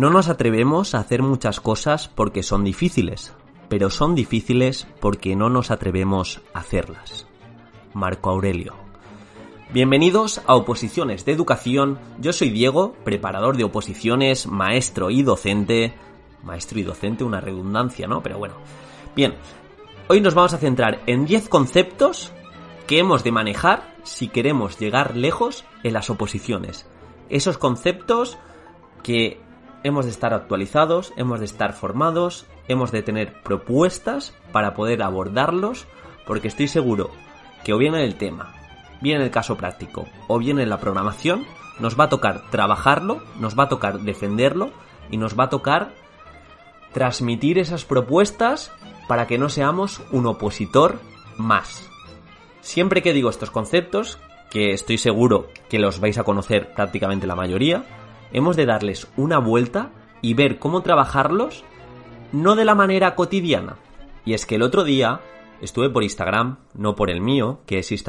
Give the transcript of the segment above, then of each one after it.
No nos atrevemos a hacer muchas cosas porque son difíciles, pero son difíciles porque no nos atrevemos a hacerlas. Marco Aurelio. Bienvenidos a Oposiciones de Educación. Yo soy Diego, preparador de oposiciones, maestro y docente. Maestro y docente, una redundancia, ¿no? Pero bueno. Bien, hoy nos vamos a centrar en 10 conceptos que hemos de manejar si queremos llegar lejos en las oposiciones. Esos conceptos que hemos de estar actualizados, hemos de estar formados, hemos de tener propuestas para poder abordarlos, porque estoy seguro que o bien en el tema, bien en el caso práctico, o bien en la programación, nos va a tocar trabajarlo, nos va a tocar defenderlo y nos va a tocar transmitir esas propuestas para que no seamos un opositor más. Siempre que digo estos conceptos, que estoy seguro que los vais a conocer prácticamente la mayoría, hemos de darles una vuelta y ver cómo trabajarlos, no de la manera cotidiana. Y es que el otro día estuve por Instagram, no por el mío, que es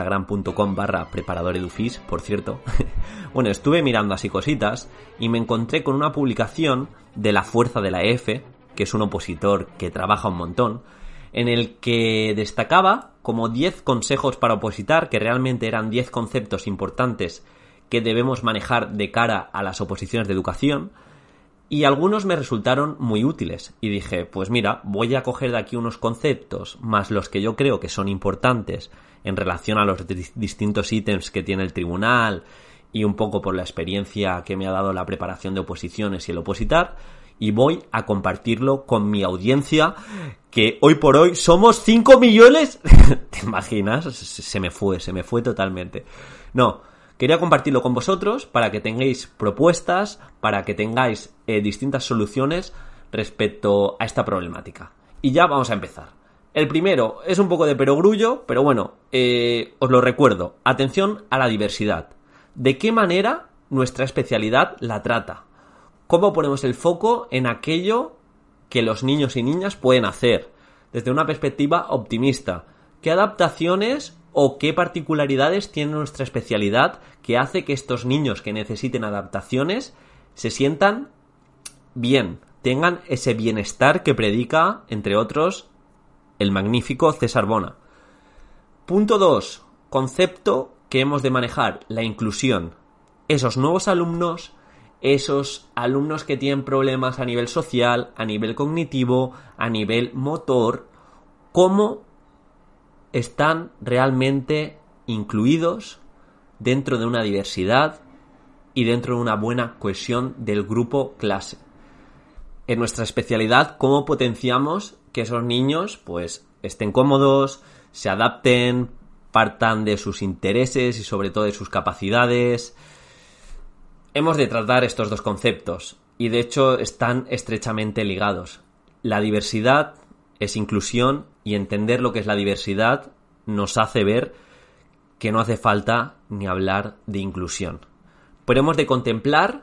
instagram.com/preparadoredufis, por cierto. Bueno, estuve mirando así cositas y me encontré con una publicación de La Fuerza de la EF, que es un opositor que trabaja un montón, en el que destacaba como 10 consejos para opositar, que realmente eran 10 conceptos importantes que debemos manejar de cara a las oposiciones de educación, y algunos me resultaron muy útiles. Y dije, pues mira, voy a coger de aquí unos conceptos, más los que yo creo que son importantes en relación a los distintos ítems que tiene el tribunal, y un poco por la experiencia que me ha dado la preparación de oposiciones y el opositar, y voy a compartirlo con mi audiencia, que hoy por hoy somos 5 millones. ¿Te imaginas? Se me fue totalmente. No, quería compartirlo con vosotros para que tengáis propuestas, para que tengáis distintas soluciones respecto a esta problemática. Y ya vamos a empezar. El primero es un poco de perogrullo, pero bueno, os lo recuerdo. Atención a la diversidad. ¿De qué manera nuestra especialidad la trata? ¿Cómo ponemos el foco en aquello que los niños y niñas pueden hacer? Desde una perspectiva optimista. ¿Qué adaptaciones o qué particularidades tiene nuestra especialidad que hace que estos niños que necesiten adaptaciones se sientan bien, tengan ese bienestar que predica, entre otros, el magnífico César Bona? Punto 2. Concepto que hemos de manejar, la inclusión. Esos nuevos alumnos, esos alumnos que tienen problemas a nivel social, a nivel cognitivo, a nivel motor, ¿cómo están realmente incluidos dentro de una diversidad y dentro de una buena cohesión del grupo clase? En nuestra especialidad, ¿cómo potenciamos que esos niños pues estén cómodos, se adapten, partan de sus intereses y sobre todo de sus capacidades? Hemos de tratar estos dos conceptos y de hecho están estrechamente ligados. La diversidad es inclusión y entender lo que es la diversidad nos hace ver que no hace falta ni hablar de inclusión. Pero hemos de contemplar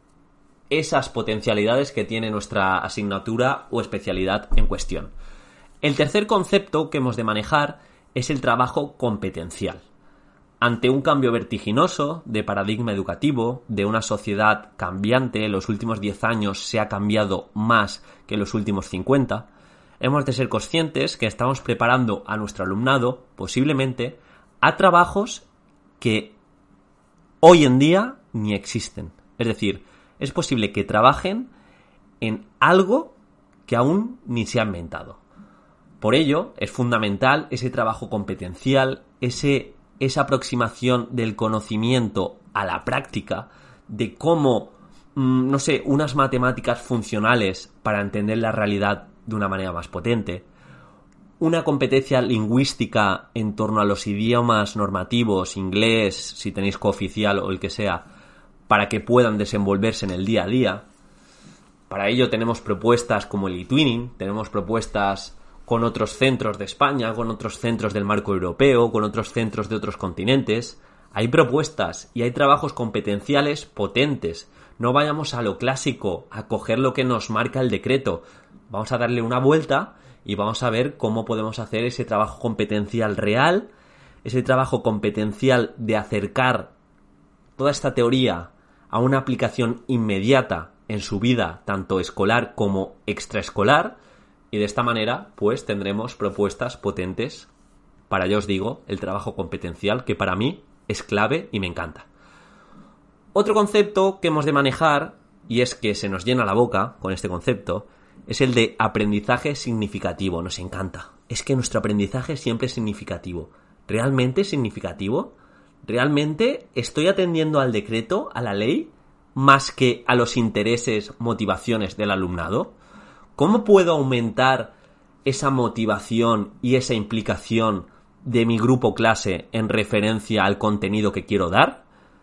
esas potencialidades que tiene nuestra asignatura o especialidad en cuestión. El tercer concepto que hemos de manejar es el trabajo competencial. Ante un cambio vertiginoso de paradigma educativo, de una sociedad cambiante, los últimos 10 años se ha cambiado más que los últimos 50, hemos de ser conscientes que estamos preparando a nuestro alumnado, posiblemente, a trabajos que hoy en día ni existen. Es decir, es posible que trabajen en algo que aún ni se ha inventado. Por ello, es fundamental ese trabajo competencial, esa aproximación del conocimiento a la práctica, de cómo, unas matemáticas funcionales para entender la realidad de una manera más potente, una competencia lingüística en torno a los idiomas normativos, inglés, si tenéis cooficial o el que sea, para que puedan desenvolverse en el día a día. Para ello tenemos propuestas como el eTwinning, tenemos propuestas con otros centros de España, con otros centros del marco europeo, con otros centros de otros continentes. Hay propuestas y hay trabajos competenciales potentes. No vayamos a lo clásico, a coger lo que nos marca el decreto. Vamos a darle una vuelta y vamos a ver cómo podemos hacer ese trabajo competencial real, ese trabajo competencial de acercar toda esta teoría a una aplicación inmediata en su vida tanto escolar como extraescolar, y de esta manera pues tendremos propuestas potentes para, ya os digo, el trabajo competencial, que para mí es clave y me encanta. Otro concepto que hemos de manejar, y es que se nos llena la boca con este concepto, es el de aprendizaje significativo. Nos encanta. Es que nuestro aprendizaje siempre es significativo. ¿Realmente es significativo? ¿Realmente estoy atendiendo al decreto, a la ley, más que a los intereses, motivaciones del alumnado? ¿Cómo puedo aumentar esa motivación y esa implicación de mi grupo clase en referencia al contenido que quiero dar?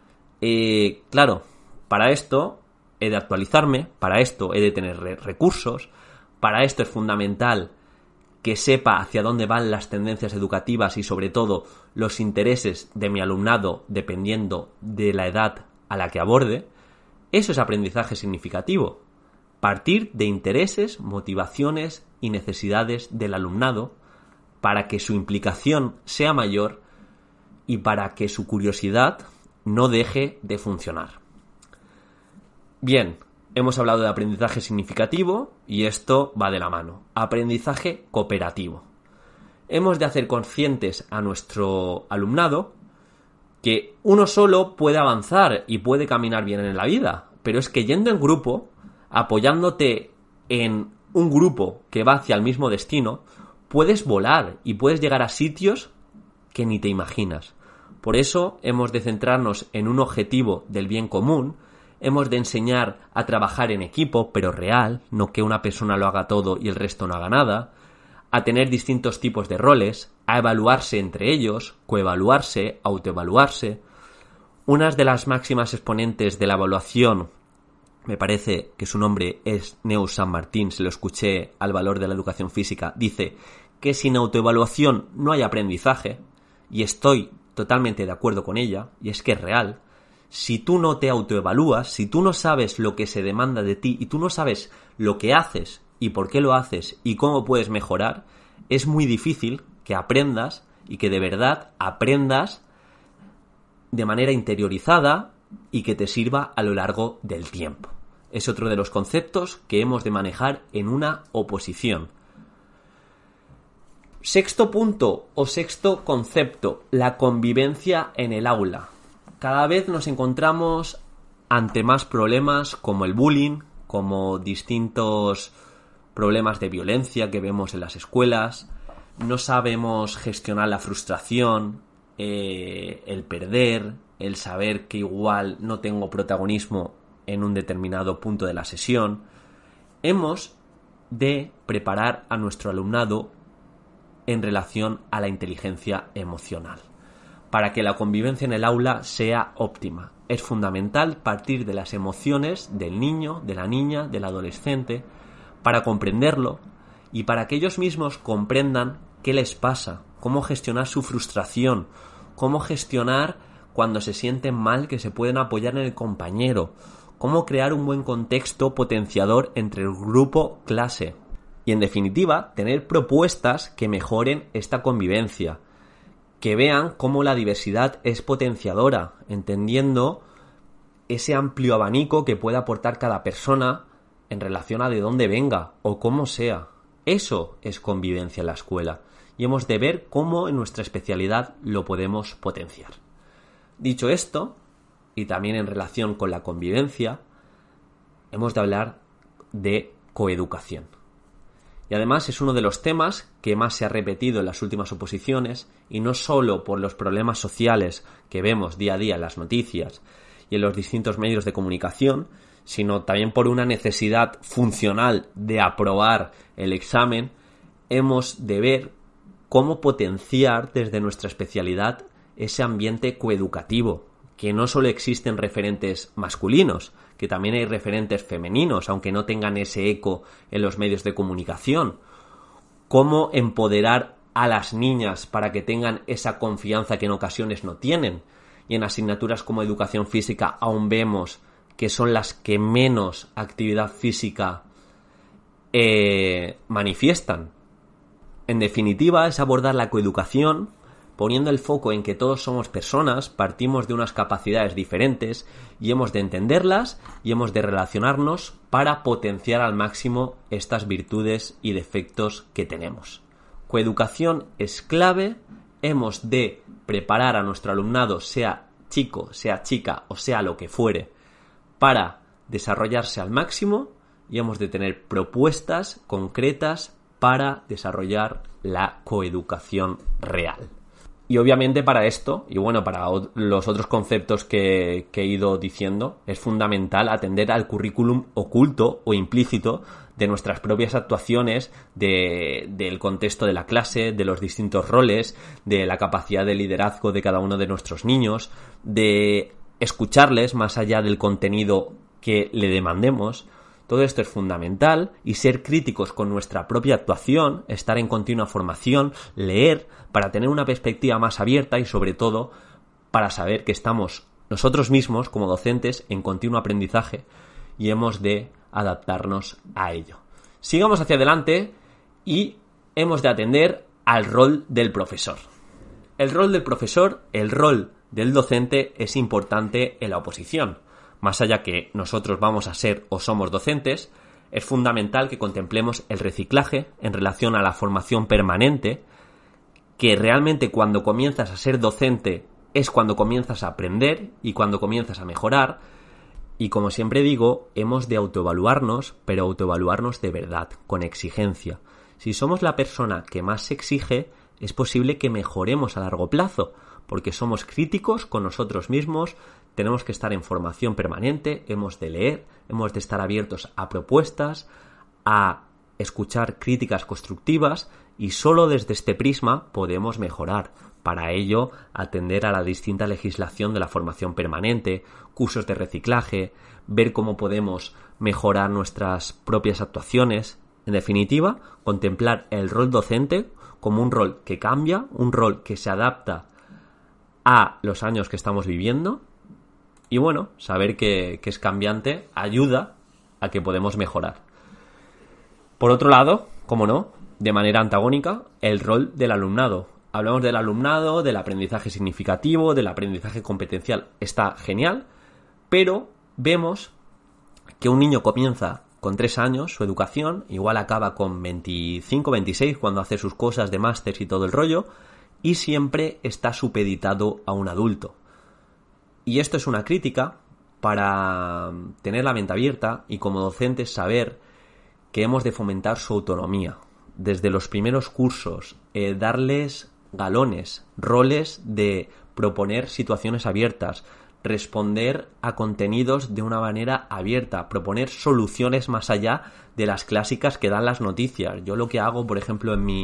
Claro, para esto he de actualizarme, para esto he de tener recursos, para esto es fundamental que sepa hacia dónde van las tendencias educativas y sobre todo los intereses de mi alumnado dependiendo de la edad a la que aborde. Eso es aprendizaje significativo. Partir de intereses, motivaciones y necesidades del alumnado para que su implicación sea mayor y para que su curiosidad no deje de funcionar. Bien, hemos hablado de aprendizaje significativo y esto va de la mano. Aprendizaje cooperativo. Hemos de hacer conscientes a nuestro alumnado que uno solo puede avanzar y puede caminar bien en la vida, pero es que yendo en grupo, apoyándote en un grupo que va hacia el mismo destino, puedes volar y puedes llegar a sitios que ni te imaginas. Por eso hemos de centrarnos en un objetivo del bien común. Hemos de enseñar a trabajar en equipo, pero real, no que una persona lo haga todo y el resto no haga nada, a tener distintos tipos de roles, a evaluarse entre ellos, coevaluarse, autoevaluarse. Una de las máximas exponentes de la evaluación, me parece que su nombre es Neus San Martín, se lo escuché al valor de la educación física, dice que sin autoevaluación no hay aprendizaje, y estoy totalmente de acuerdo con ella, y es que es real. Si tú no te autoevalúas, si tú no sabes lo que se demanda de ti y tú no sabes lo que haces y por qué lo haces y cómo puedes mejorar, es muy difícil que aprendas y que de verdad aprendas de manera interiorizada y que te sirva a lo largo del tiempo. Es otro de los conceptos que hemos de manejar en una oposición. Sexto punto o sexto concepto, la convivencia en el aula. Cada vez nos encontramos ante más problemas como el bullying, como distintos problemas de violencia que vemos en las escuelas. No sabemos gestionar la frustración, el perder, el saber que igual no tengo protagonismo en un determinado punto de la sesión. Hemos de preparar a nuestro alumnado en relación a la inteligencia emocional, para que la convivencia en el aula sea óptima. Es fundamental partir de las emociones del niño, de la niña, del adolescente, para comprenderlo y para que ellos mismos comprendan qué les pasa, cómo gestionar su frustración, cómo gestionar cuando se sienten mal, que se pueden apoyar en el compañero, cómo crear un buen contexto potenciador entre el grupo clase y, en definitiva, tener propuestas que mejoren esta convivencia, que vean cómo la diversidad es potenciadora, entendiendo ese amplio abanico que puede aportar cada persona en relación a de dónde venga o cómo sea. Eso es convivencia en la escuela y hemos de ver cómo en nuestra especialidad lo podemos potenciar. Dicho esto, y también en relación con la convivencia, hemos de hablar de coeducación. Y además es uno de los temas que más se ha repetido en las últimas oposiciones, y no solo por los problemas sociales que vemos día a día en las noticias y en los distintos medios de comunicación, sino también por una necesidad funcional de aprobar el examen. Hemos de ver cómo potenciar desde nuestra especialidad ese ambiente coeducativo, que no solo existen referentes masculinos, que también hay referentes femeninos, aunque no tengan ese eco en los medios de comunicación. Cómo empoderar a las niñas para que tengan esa confianza que en ocasiones no tienen. Y en asignaturas como educación física aún vemos que son las que menos actividad física manifiestan. En definitiva, es abordar la coeducación, poniendo el foco en que todos somos personas, partimos de unas capacidades diferentes y hemos de entenderlas y hemos de relacionarnos para potenciar al máximo estas virtudes y defectos que tenemos. Coeducación es clave, hemos de preparar a nuestro alumnado, sea chico, sea chica o sea lo que fuere, para desarrollarse al máximo y hemos de tener propuestas concretas para desarrollar la coeducación real. Y obviamente para esto, y bueno, para los otros conceptos que he ido diciendo, es fundamental atender al currículum oculto o implícito de nuestras propias actuaciones, del contexto de la clase, de los distintos roles, de la capacidad de liderazgo de cada uno de nuestros niños, de escucharles más allá del contenido que le demandemos. Todo esto es fundamental y ser críticos con nuestra propia actuación, estar en continua formación, leer para tener una perspectiva más abierta y sobre todo para saber que estamos nosotros mismos como docentes en continuo aprendizaje y hemos de adaptarnos a ello. Sigamos hacia adelante y hemos de atender al rol del profesor. El rol del profesor, el rol del docente es importante en la oposición. Más allá que nosotros vamos a ser o somos docentes, es fundamental que contemplemos el reciclaje en relación a la formación permanente, que realmente cuando comienzas a ser docente es cuando comienzas a aprender y cuando comienzas a mejorar. Y como siempre digo, hemos de autoevaluarnos, pero autoevaluarnos de verdad, con exigencia. Si somos la persona que más se exige, es posible que mejoremos a largo plazo, porque somos críticos con nosotros mismos, tenemos que estar en formación permanente, hemos de leer, hemos de estar abiertos a propuestas, a escuchar críticas constructivas y solo desde este prisma podemos mejorar. Para ello, atender a la distinta legislación de la formación permanente, cursos de reciclaje, ver cómo podemos mejorar nuestras propias actuaciones. En definitiva, contemplar el rol docente como un rol que cambia, un rol que se adapta a los años que estamos viviendo. Y bueno, saber que es cambiante ayuda a que podemos mejorar. Por otro lado, como no, de manera antagónica, el rol del alumnado. Hablamos del alumnado, del aprendizaje significativo, del aprendizaje competencial. Está genial, pero vemos que un niño comienza con 3 años su educación, igual acaba con 25, 26 cuando hace sus cosas de máster y todo el rollo, y siempre está supeditado a un adulto. Y esto es una crítica para tener la mente abierta y como docentes saber que hemos de fomentar su autonomía. Desde los primeros cursos, darles galones, roles de proponer situaciones abiertas, responder a contenidos de una manera abierta, proponer soluciones más allá de las clásicas que dan las noticias. Yo lo que hago, por ejemplo, en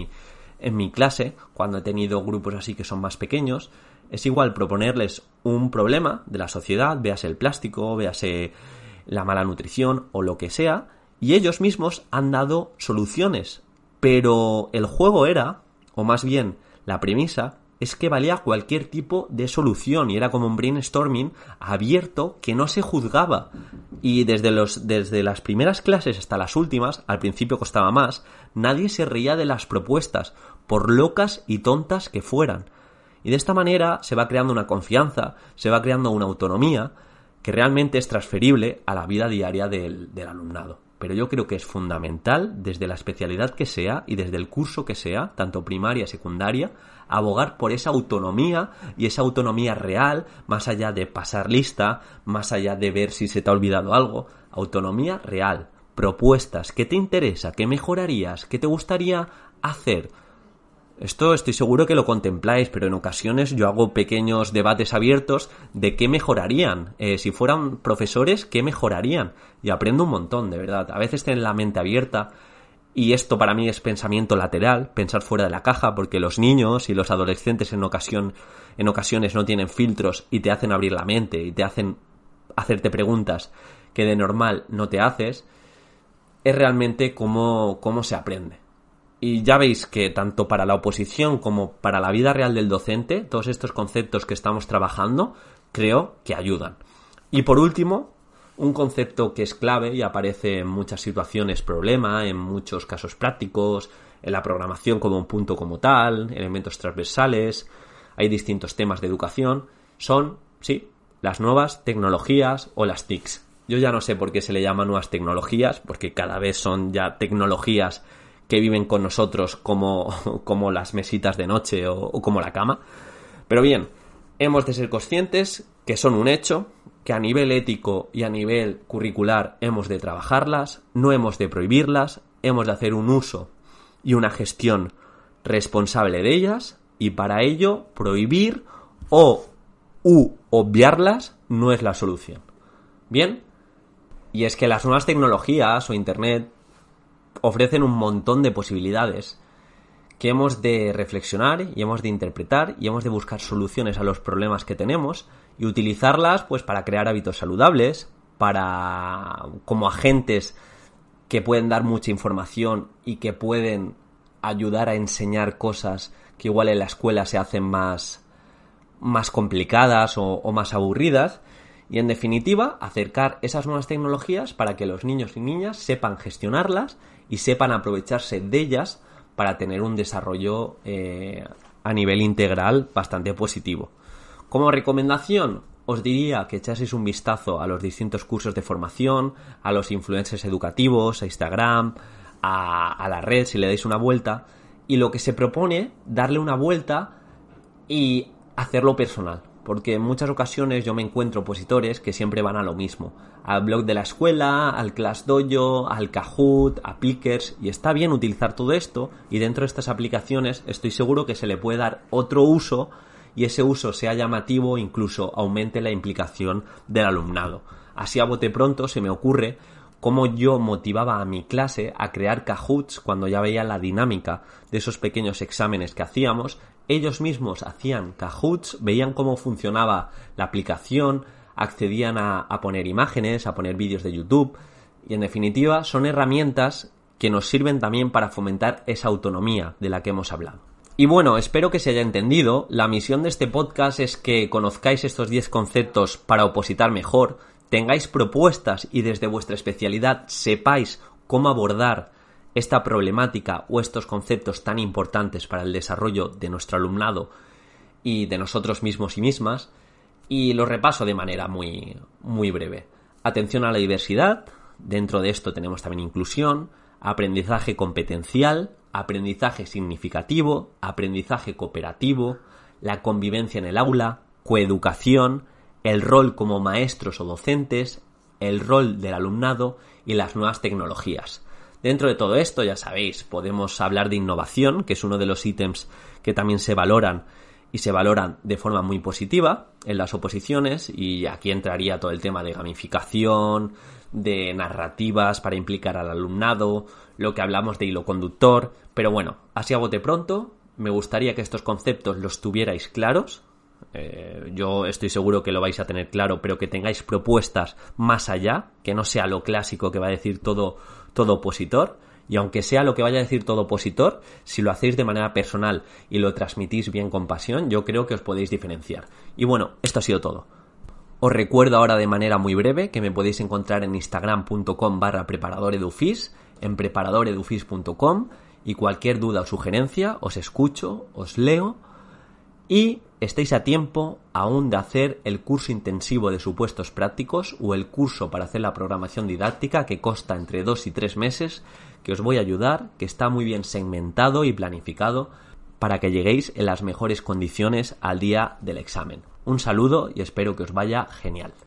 mi clase, cuando he tenido grupos así que son más pequeños, es igual proponerles un problema de la sociedad, véase el plástico, véase la mala nutrición o lo que sea, y ellos mismos han dado soluciones. Pero el juego era, o más bien la premisa, es que valía cualquier tipo de solución y era como un brainstorming abierto que no se juzgaba. Y desde las primeras clases hasta las últimas, al principio costaba más, nadie se reía de las propuestas, por locas y tontas que fueran. Y de esta manera se va creando una confianza, se va creando una autonomía que realmente es transferible a la vida diaria del alumnado. Pero yo creo que es fundamental, desde la especialidad que sea y desde el curso que sea, tanto primaria, secundaria, abogar por esa autonomía y esa autonomía real, más allá de pasar lista, más allá de ver si se te ha olvidado algo. Autonomía real, propuestas, ¿qué te interesa? ¿Qué mejorarías? ¿Qué te gustaría hacer? Esto estoy seguro que lo contempláis, pero en ocasiones yo hago pequeños debates abiertos de qué mejorarían. Si fueran profesores, ¿qué mejorarían? Y aprendo un montón, de verdad. A veces tienen la mente abierta y esto para mí es pensamiento lateral, pensar fuera de la caja, porque los niños y los adolescentes en ocasiones no tienen filtros y te hacen abrir la mente y te hacen hacerte preguntas que de normal no te haces. Es realmente cómo se aprende. Y ya veis que tanto para la oposición como para la vida real del docente, todos estos conceptos que estamos trabajando, creo que ayudan. Y por último, un concepto que es clave y aparece en muchas situaciones problema, en muchos casos prácticos, en la programación como un punto como tal, elementos transversales, hay distintos temas de educación, son, sí, las nuevas tecnologías o las TICs. Yo ya no sé por qué se le llama nuevas tecnologías, porque cada vez son ya tecnologías que viven con nosotros como las mesitas de noche o como la cama. Pero bien, hemos de ser conscientes que son un hecho, que a nivel ético y a nivel curricular hemos de trabajarlas, no hemos de prohibirlas, hemos de hacer un uso y una gestión responsable de ellas, y para ello prohibir u obviarlas no es la solución. Bien, y es que las nuevas tecnologías o Internet ofrecen un montón de posibilidades que hemos de reflexionar y hemos de interpretar y hemos de buscar soluciones a los problemas que tenemos y utilizarlas pues para crear hábitos saludables, como agentes que pueden dar mucha información y que pueden ayudar a enseñar cosas que igual en la escuela se hacen más complicadas o más aburridas, y en definitiva acercar esas nuevas tecnologías para que los niños y niñas sepan gestionarlas y sepan aprovecharse de ellas para tener un desarrollo a nivel integral bastante positivo. Como recomendación, os diría que echaseis un vistazo a los distintos cursos de formación, a los influencers educativos, a Instagram, a la red, si le dais una vuelta, y lo que se propone, darle una vuelta y hacerlo personal. Porque en muchas ocasiones yo me encuentro opositores que siempre van a lo mismo, al blog de la escuela, al ClassDojo, al Kahoot, a Plickers, y está bien utilizar todo esto, y dentro de estas aplicaciones estoy seguro que se le puede dar otro uso, y ese uso sea llamativo, incluso aumente la implicación del alumnado. Así a bote pronto se me ocurre cómo yo motivaba a mi clase a crear Kahoots cuando ya veía la dinámica de esos pequeños exámenes que hacíamos. Ellos mismos hacían Kahoots, veían cómo funcionaba la aplicación, accedían a poner imágenes, a poner vídeos de YouTube, y en definitiva son herramientas que nos sirven también para fomentar esa autonomía de la que hemos hablado. Y bueno, espero que se haya entendido. La misión de este podcast es que conozcáis estos 10 conceptos para opositar mejor, tengáis propuestas y desde vuestra especialidad sepáis cómo abordar esta problemática o estos conceptos tan importantes para el desarrollo de nuestro alumnado y de nosotros mismos y mismas, y lo repaso de manera muy, muy breve. Atención a la diversidad, dentro de esto tenemos también inclusión, aprendizaje competencial, aprendizaje significativo, aprendizaje cooperativo, la convivencia en el aula, coeducación, el rol como maestros o docentes, el rol del alumnado y las nuevas tecnologías. Dentro de todo esto, ya sabéis, podemos hablar de innovación, que es uno de los ítems que también se valoran y se valoran de forma muy positiva en las oposiciones, y aquí entraría todo el tema de gamificación, de narrativas para implicar al alumnado, lo que hablamos de hilo conductor, pero bueno, así a bote pronto, me gustaría que estos conceptos los tuvierais claros. Yo estoy seguro que lo vais a tener claro, pero que tengáis propuestas más allá, que no sea lo clásico que va a decir todo opositor, y aunque sea lo que vaya a decir todo opositor, si lo hacéis de manera personal y lo transmitís bien con pasión, yo creo que os podéis diferenciar. Y bueno, esto ha sido todo. Os recuerdo ahora de manera muy breve que me podéis encontrar en instagram.com/preparadoredufis, en preparadoredufis.com, y cualquier duda o sugerencia os escucho, os leo, y estáis a tiempo aún de hacer el curso intensivo de supuestos prácticos o el curso para hacer la programación didáctica, que consta entre 2 y 3 meses, que os voy a ayudar, que está muy bien segmentado y planificado para que lleguéis en las mejores condiciones al día del examen. Un saludo y espero que os vaya genial.